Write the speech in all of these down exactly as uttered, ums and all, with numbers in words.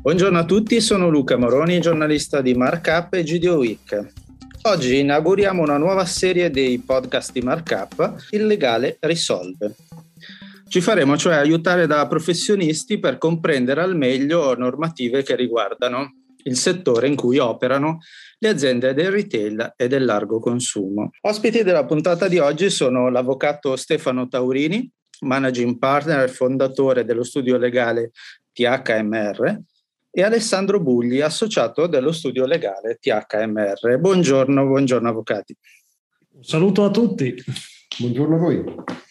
Buongiorno a tutti, sono Luca Moroni, giornalista di Markup e G D O Week. Oggi inauguriamo una nuova serie dei podcast di Markup, Il legale risolve. Ci faremo cioè aiutare da professionisti per comprendere al meglio normative che riguardano il settore in cui operano le aziende del retail e del largo consumo. Ospiti della puntata di oggi sono l'avvocato Stefano Taurini, managing partner e fondatore dello studio legale T H M R, e Alessandro Bugli, associato dello studio legale T H M R. Buongiorno, buongiorno avvocati. Un saluto a tutti. Buongiorno a voi.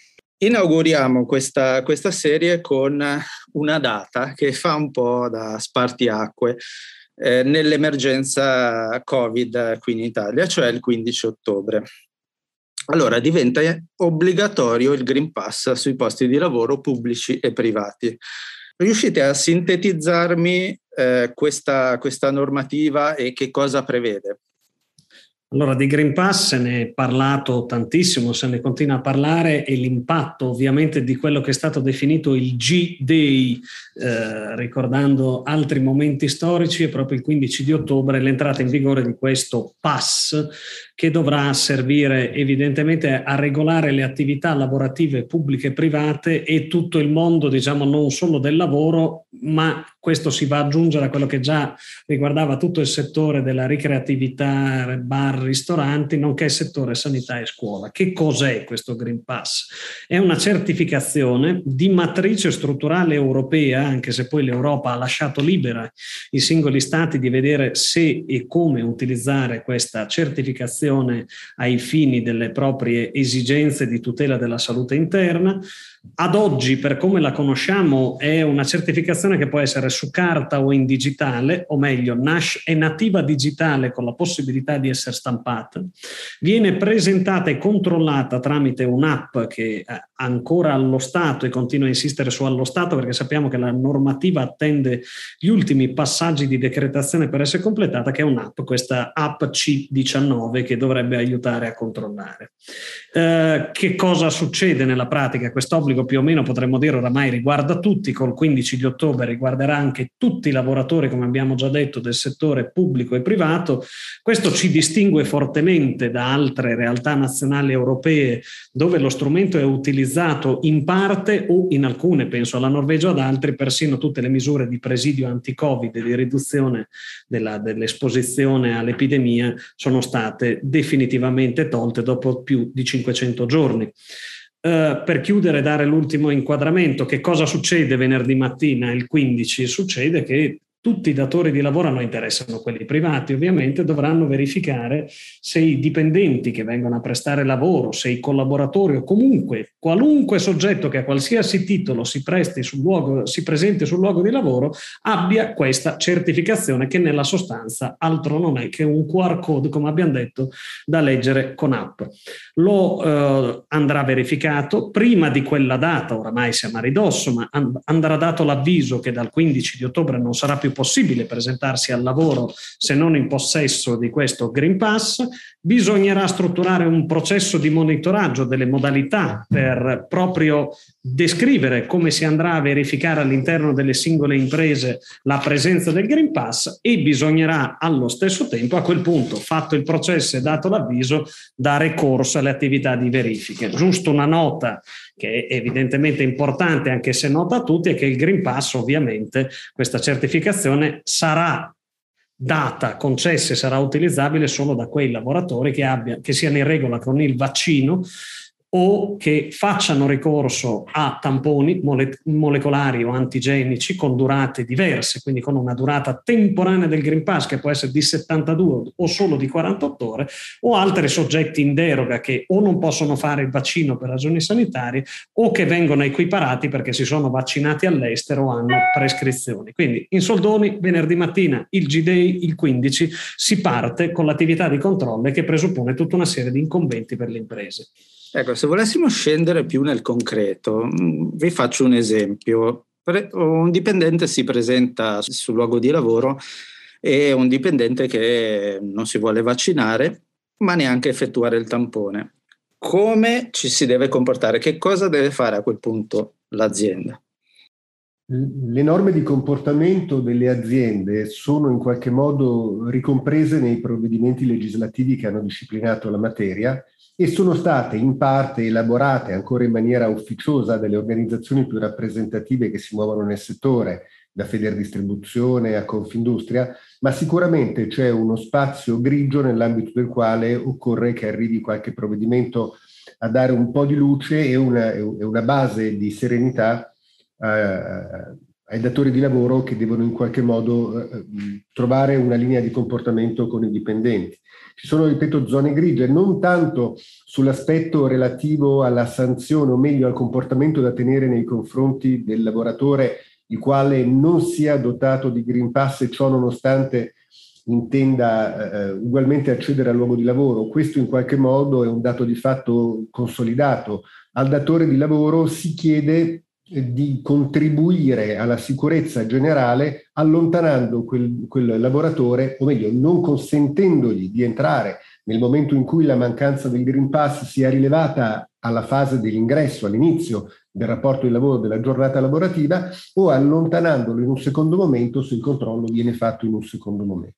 Inauguriamo questa, questa serie con una data che fa un po' da spartiacque eh, nell'emergenza Covid qui in Italia, cioè il quindici ottobre. Allora diventa obbligatorio il Green Pass sui posti di lavoro pubblici e privati. Riuscite a sintetizzarmi eh, questa, questa normativa e che cosa prevede? Allora, di Green Pass se ne è parlato tantissimo, se ne continua a parlare, e l'impatto ovviamente di quello che è stato definito il G-Day, eh, ricordando altri momenti storici, è proprio il quindici di ottobre l'entrata in vigore di questo pass che dovrà servire evidentemente a regolare le attività lavorative pubbliche e private e tutto il mondo, diciamo, non solo del lavoro, ma questo si va ad aggiungere a quello che già riguardava tutto il settore della ricreatività, bar, ristoranti, nonché il settore sanità e scuola. Che cos'è questo Green Pass? È una certificazione di matrice strutturale europea, anche se poi l'Europa ha lasciato libera i singoli stati di vedere se e come utilizzare questa certificazione ai fini delle proprie esigenze di tutela della salute interna. Ad oggi, per come la conosciamo, è una certificazione che può essere su carta o in digitale, o meglio, nasce, è nativa digitale con la possibilità di essere stampata, viene presentata e controllata tramite un'app che ancora allo Stato, e continua a insistere su allo Stato perché sappiamo che la normativa attende gli ultimi passaggi di decretazione per essere completata, che è un'app, questa app C diciannove, che dovrebbe aiutare a controllare. Eh, che cosa succede nella pratica? Questo obbligo più o meno potremmo dire oramai riguarda tutti, col quindici di ottobre riguarderà anche tutti i lavoratori, come abbiamo già detto, del settore pubblico e privato. Questo ci distingue fortemente da altre realtà nazionali europee dove lo strumento è utilizzato in parte o in alcune, penso alla Norvegia o ad altri, persino tutte le misure di presidio anti-Covid e di riduzione della, dell'esposizione all'epidemia sono state definitivamente tolte dopo più di cinquecento giorni. Uh, per chiudere e dare l'ultimo inquadramento, che cosa succede venerdì mattina, il quindici? Succede che tutti i datori di lavoro, a noi interessano quelli privati ovviamente, dovranno verificare se i dipendenti che vengono a prestare lavoro, se i collaboratori o comunque qualunque soggetto che a qualsiasi titolo si presti sul luogo, si presenti sul luogo di lavoro, abbia questa certificazione, che nella sostanza altro non è che un Q R code, come abbiamo detto, da leggere con app. Lo eh, andrà verificato prima di quella data, oramai siamo a ridosso, ma and- andrà dato l'avviso che dal quindici di ottobre non sarà più possibile presentarsi al lavoro se non in possesso di questo Green Pass. Bisognerà strutturare un processo di monitoraggio delle modalità per proprio descrivere come si andrà a verificare all'interno delle singole imprese la presenza del Green Pass, e bisognerà allo stesso tempo, a quel punto, fatto il processo e dato l'avviso, dare corso alle attività di verifiche. Giusto una nota che è evidentemente importante, anche se nota a tutti, è che il Green Pass, ovviamente, questa certificazione sarà data, concessa e sarà utilizzabile solo da quei lavoratori che, abbia, che siano in regola con il vaccino o che facciano ricorso a tamponi mole- molecolari o antigenici con durate diverse, quindi con una durata temporanea del Green Pass che può essere di settantadue o solo di quarantotto ore, o altri soggetti in deroga che o non possono fare il vaccino per ragioni sanitarie o che vengono equiparati perché si sono vaccinati all'estero o hanno prescrizioni. Quindi in soldoni, venerdì mattina il G-Day, il quindici, si parte con l'attività di controllo che presuppone tutta una serie di incombenti per le imprese. Ecco, se volessimo scendere più nel concreto, vi faccio un esempio. Un dipendente si presenta sul luogo di lavoro e un dipendente che non si vuole vaccinare, ma neanche effettuare il tampone. Come ci si deve comportare? Che cosa deve fare a quel punto l'azienda? Le norme di comportamento delle aziende sono in qualche modo ricomprese nei provvedimenti legislativi che hanno disciplinato la materia e sono state in parte elaborate ancora in maniera ufficiosa dalle organizzazioni più rappresentative che si muovono nel settore, da Federdistribuzione a Confindustria, ma sicuramente c'è uno spazio grigio nell'ambito del quale occorre che arrivi qualche provvedimento a dare un po' di luce e una, e una base di serenità ai datori di lavoro che devono in qualche modo eh, trovare una linea di comportamento con i dipendenti. Ci sono, ripeto, zone grigie, non tanto sull'aspetto relativo alla sanzione, o meglio al comportamento da tenere nei confronti del lavoratore il quale non sia dotato di Green Pass e ciò nonostante intenda eh, ugualmente accedere al luogo di lavoro. Questo in qualche modo è un dato di fatto consolidato. Al datore di lavoro si chiede di contribuire alla sicurezza generale allontanando quel, quel lavoratore, o meglio non consentendogli di entrare nel momento in cui la mancanza del Green Pass sia rilevata alla fase dell'ingresso, all'inizio del rapporto di lavoro, della giornata lavorativa, o allontanandolo in un secondo momento se il controllo viene fatto in un secondo momento.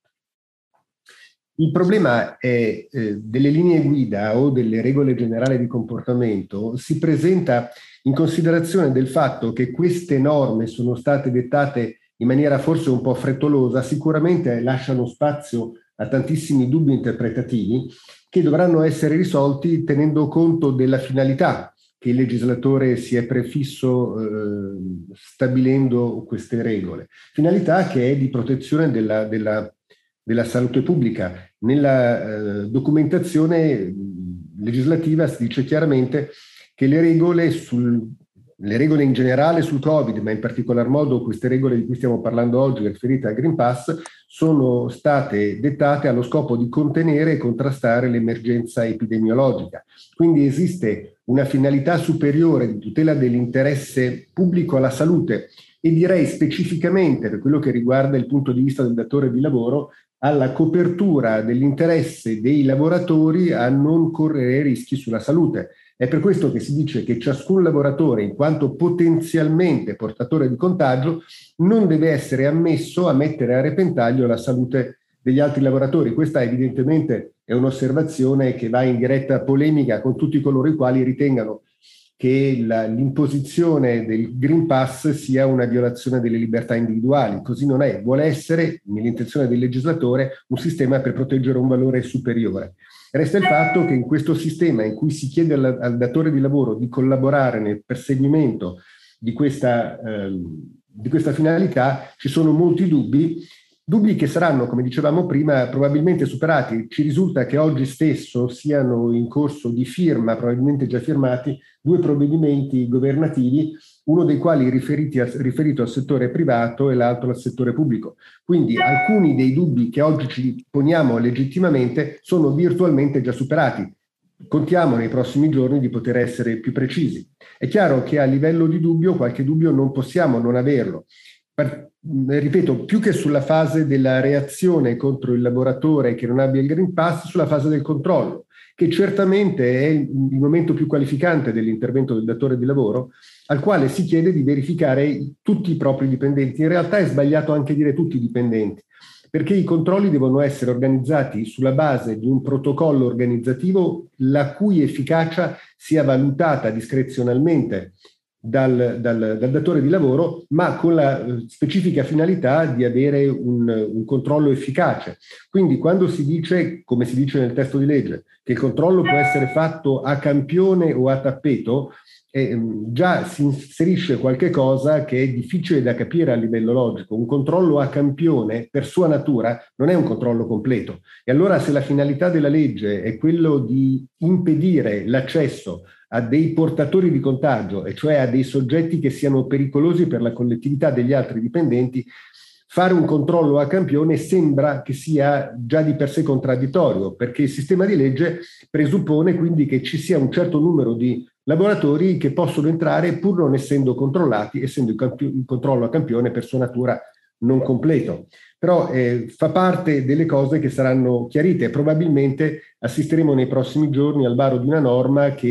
Il problema è eh, delle linee guida o delle regole generali di comportamento si presenta in considerazione del fatto che queste norme sono state dettate in maniera forse un po' frettolosa, sicuramente lasciano spazio a tantissimi dubbi interpretativi che dovranno essere risolti tenendo conto della finalità che il legislatore si è prefisso eh, stabilendo queste regole. Finalità che è di protezione della, della, della salute pubblica. Nella eh, documentazione legislativa si dice chiaramente che le regole, sul, le regole in generale sul Covid, ma in particolar modo queste regole di cui stiamo parlando oggi riferite al Green Pass, sono state dettate allo scopo di contenere e contrastare l'emergenza epidemiologica. Quindi esiste una finalità superiore di tutela dell'interesse pubblico alla salute e direi specificamente per quello che riguarda il punto di vista del datore di lavoro alla copertura dell'interesse dei lavoratori a non correre rischi sulla salute. È per questo che si dice che ciascun lavoratore, in quanto potenzialmente portatore di contagio, non deve essere ammesso a mettere a repentaglio la salute degli altri lavoratori. Questa evidentemente è un'osservazione che va in diretta polemica con tutti coloro i quali ritengano che la, l'imposizione del Green Pass sia una violazione delle libertà individuali. Così non è. Vuole essere, nell'intenzione del legislatore, un sistema per proteggere un valore superiore. Resta il fatto che in questo sistema in cui si chiede al, al datore di lavoro di collaborare nel perseguimento di questa, eh, di questa finalità ci sono molti dubbi, dubbi che saranno, come dicevamo prima, probabilmente superati. Ci risulta che oggi stesso siano in corso di firma, probabilmente già firmati, due provvedimenti governativi, uno dei quali riferiti a, riferito al settore privato e l'altro al settore pubblico. Quindi alcuni dei dubbi che oggi ci poniamo legittimamente sono virtualmente già superati. Contiamo nei prossimi giorni di poter essere più precisi. È chiaro che a livello di dubbio, qualche dubbio non possiamo non averlo. Per, ripeto, più che sulla fase della reazione contro il lavoratore che non abbia il Green Pass, sulla fase del controllo, che certamente è il momento più qualificante dell'intervento del datore di lavoro, al quale si chiede di verificare tutti i propri dipendenti. In realtà è sbagliato anche dire tutti i dipendenti, perché i controlli devono essere organizzati sulla base di un protocollo organizzativo la cui efficacia sia valutata discrezionalmente Dal, dal, dal datore di lavoro, ma con la specifica finalità di avere un, un controllo efficace. Quindi quando si dice, come si dice nel testo di legge, che il controllo può essere fatto a campione o a tappeto, eh, già si inserisce qualche cosa che è difficile da capire a livello logico. Un controllo a campione, per sua natura, non è un controllo completo. E allora se la finalità della legge è quello di impedire l'accesso a dei portatori di contagio, e cioè a dei soggetti che siano pericolosi per la collettività degli altri dipendenti, fare un controllo a campione sembra che sia già di per sé contraddittorio, perché il sistema di legge presuppone quindi che ci sia un certo numero di lavoratori che possono entrare pur non essendo controllati, essendo il, campi- il controllo a campione per sua natura non completo. Però eh, fa parte delle cose che saranno chiarite. Probabilmente assisteremo nei prossimi giorni al varo di una norma che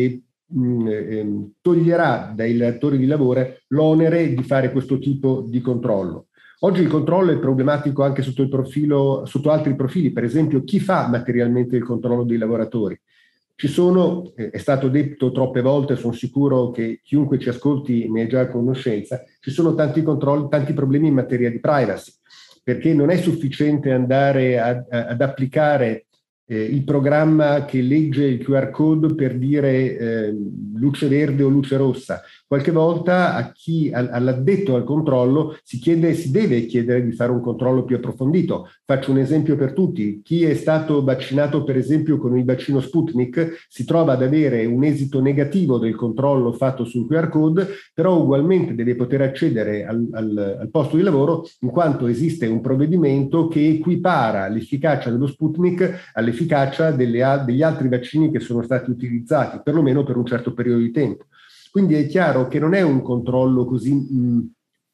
mh, eh, toglierà dai datori di lavoro l'onere di fare questo tipo di controllo. Oggi il controllo è problematico anche sotto il profilo, sotto altri profili, per esempio chi fa materialmente il controllo dei lavoratori. Ci sono, è stato detto troppe volte, sono sicuro che chiunque ci ascolti ne è già a conoscenza, ci sono tanti controlli, tanti problemi in materia di privacy, perché non è sufficiente andare a, a, ad applicare eh, il programma che legge il Q R code per dire eh, luce verde o luce rossa. Qualche volta a chi, all'addetto al controllo si chiede, si deve chiedere di fare un controllo più approfondito. Faccio un esempio per tutti: chi è stato vaccinato per esempio con il vaccino Sputnik si trova ad avere un esito negativo del controllo fatto sul Q R code, però ugualmente deve poter accedere al, al, al posto di lavoro, in quanto esiste un provvedimento che equipara l'efficacia dello Sputnik all'efficacia delle, degli altri vaccini che sono stati utilizzati, perlomeno per un certo periodo di tempo. Quindi è chiaro che non è un controllo così mh,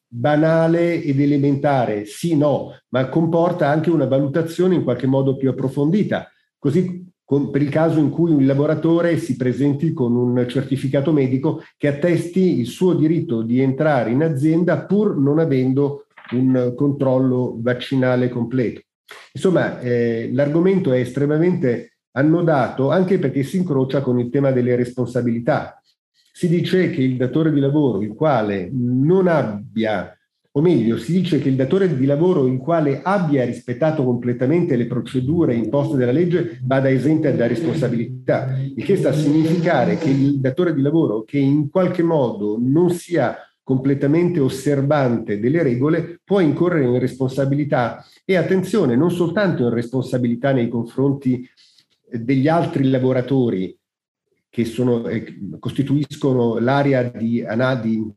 banale ed elementare, sì, no, ma comporta anche una valutazione in qualche modo più approfondita, così con, per il caso in cui un lavoratore si presenti con un certificato medico che attesti il suo diritto di entrare in azienda pur non avendo un controllo vaccinale completo. Insomma, eh, l'argomento è estremamente annodato anche perché si incrocia con il tema delle responsabilità. Si dice che il datore di lavoro il quale non abbia, o meglio, si dice che il datore di lavoro il quale abbia rispettato completamente le procedure imposte dalla legge vada esente da responsabilità, il che sta a significare che il datore di lavoro che in qualche modo non sia completamente osservante delle regole può incorrere in responsabilità, e attenzione, non soltanto in responsabilità nei confronti degli altri lavoratori che sono, eh, costituiscono l'area di, di,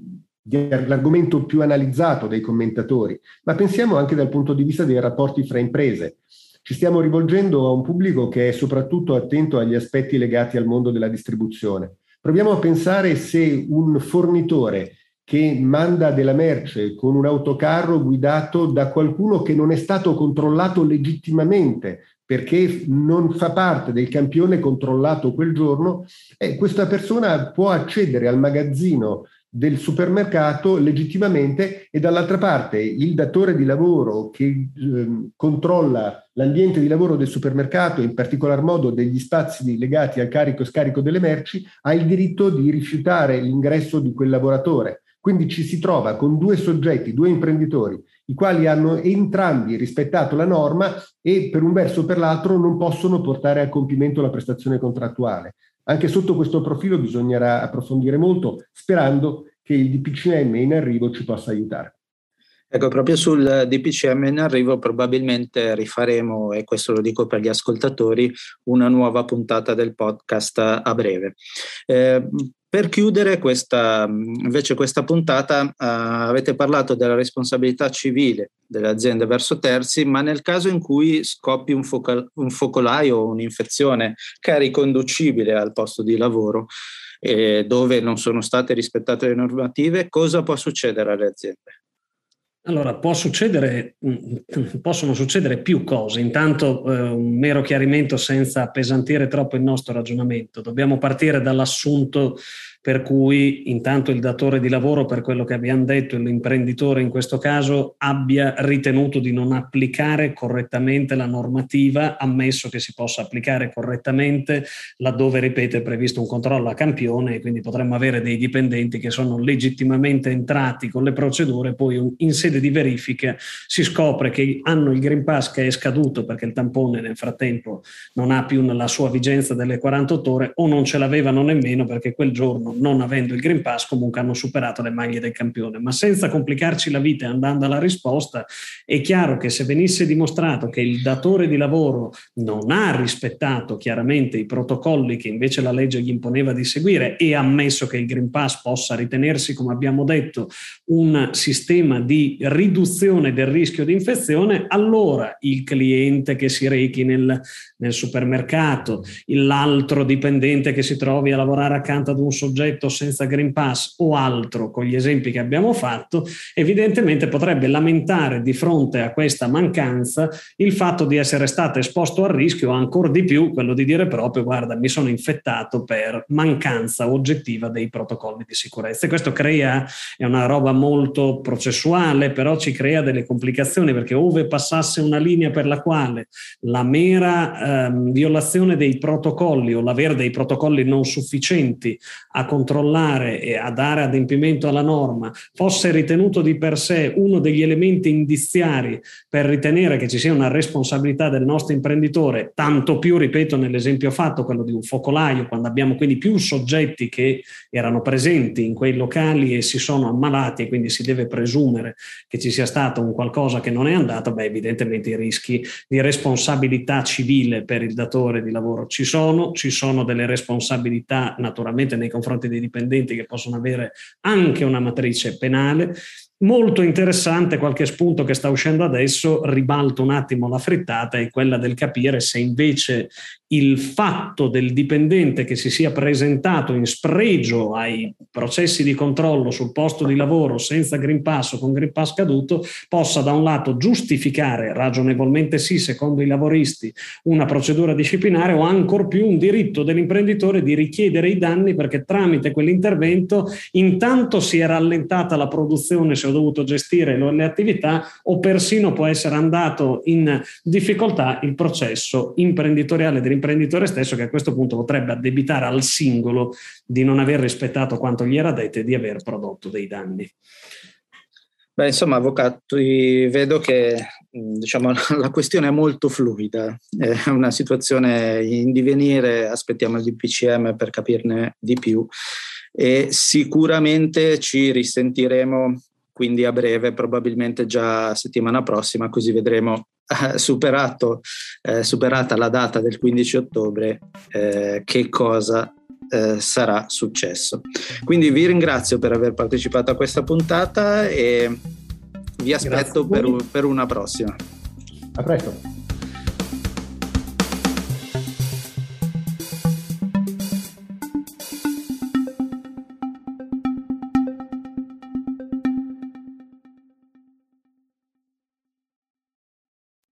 di l'argomento più analizzato dai commentatori, ma pensiamo anche dal punto di vista dei rapporti fra imprese. Ci stiamo rivolgendo a un pubblico che è soprattutto attento agli aspetti legati al mondo della distribuzione. Proviamo a pensare se un fornitore che manda della merce con un autocarro guidato da qualcuno che non è stato controllato legittimamente, perché non fa parte del campione controllato quel giorno, eh, questa persona può accedere al magazzino del supermercato legittimamente, e dall'altra parte il datore di lavoro che eh, controlla l'ambiente di lavoro del supermercato, in particolar modo degli spazi legati al carico e scarico delle merci, ha il diritto di rifiutare l'ingresso di quel lavoratore. Quindi ci si trova con due soggetti, due imprenditori, i quali hanno entrambi rispettato la norma e per un verso o per l'altro non possono portare a compimento la prestazione contrattuale. Anche sotto questo profilo bisognerà approfondire molto, sperando che il D P C M in arrivo ci possa aiutare. Ecco, proprio sul D P C M in arrivo probabilmente rifaremo, e questo lo dico per gli ascoltatori, una nuova puntata del podcast a breve. Eh, Per chiudere questa, invece questa puntata, uh, avete parlato della responsabilità civile delle aziende verso terzi, ma nel caso in cui scoppi un, focal- un focolaio o un'infezione che è riconducibile al posto di lavoro e dove non sono state rispettate le normative, cosa può succedere alle aziende? Allora, può succedere, possono succedere più cose. Intanto eh, un mero chiarimento senza appesantire troppo il nostro ragionamento. Dobbiamo partire dall'assunto per cui intanto il datore di lavoro, per quello che abbiamo detto, l'imprenditore in questo caso, abbia ritenuto di non applicare correttamente la normativa, ammesso che si possa applicare correttamente laddove, ripeto, è previsto un controllo a campione, e quindi potremmo avere dei dipendenti che sono legittimamente entrati con le procedure, poi in sede di verifica si scopre che hanno il Green Pass che è scaduto perché il tampone nel frattempo non ha più la sua vigenza delle quarantotto ore, o non ce l'avevano nemmeno perché quel giorno, non avendo il Green Pass, comunque hanno superato le maglie del campione. Ma senza complicarci la vita e andando alla risposta, è chiaro che se venisse dimostrato che il datore di lavoro non ha rispettato chiaramente i protocolli che invece la legge gli imponeva di seguire, e ammesso che il Green Pass possa ritenersi, come abbiamo detto, un sistema di riduzione del rischio di infezione, allora il cliente che si rechi nel, nel supermercato, l'altro dipendente che si trovi a lavorare accanto ad un soggetto soggetto senza Green Pass o altro, con gli esempi che abbiamo fatto, evidentemente potrebbe lamentare di fronte a questa mancanza il fatto di essere stato esposto al rischio, o ancora di più quello di dire proprio: guarda, mi sono infettato per mancanza oggettiva dei protocolli di sicurezza. E questo crea, è una roba molto processuale, però ci crea delle complicazioni, perché ove passasse una linea per la quale la mera ehm, violazione dei protocolli o l'avere dei protocolli non sufficienti a controllare e a dare adempimento alla norma fosse ritenuto di per sé uno degli elementi indiziari per ritenere che ci sia una responsabilità del nostro imprenditore, tanto più, ripeto, nell'esempio fatto, quello di un focolaio, quando abbiamo quindi più soggetti che erano presenti in quei locali e si sono ammalati, e quindi si deve presumere che ci sia stato un qualcosa che non è andato, beh, evidentemente i rischi di responsabilità civile per il datore di lavoro ci sono, ci sono delle responsabilità naturalmente nei confronti dei dipendenti che possono avere anche una matrice penale. Molto interessante qualche spunto che sta uscendo adesso, ribalto un attimo la frittata, è quella del capire se invece il fatto del dipendente che si sia presentato in spregio ai processi di controllo sul posto di lavoro senza Green Pass o con Green Pass caduto possa da un lato giustificare, ragionevolmente sì, secondo i lavoristi, una procedura disciplinare, o ancor più un diritto dell'imprenditore di richiedere i danni perché tramite quell'intervento intanto si è rallentata la produzione, se ho dovuto gestire le attività, o persino può essere andato in difficoltà il processo imprenditoriale dell'imprenditore stesso, che a questo punto potrebbe addebitare al singolo di non aver rispettato quanto gli era detto e di aver prodotto dei danni. Beh, insomma, avvocati, vedo che diciamo, la questione è molto fluida, è una situazione in divenire, aspettiamo il D P C M per capirne di più e sicuramente ci risentiremo, quindi a breve, probabilmente già settimana prossima, così vedremo eh, superato, eh, superata la data del quindici ottobre eh, che cosa eh, sarà successo. Quindi vi ringrazio per aver partecipato a questa puntata e vi aspetto per, per una prossima. A presto.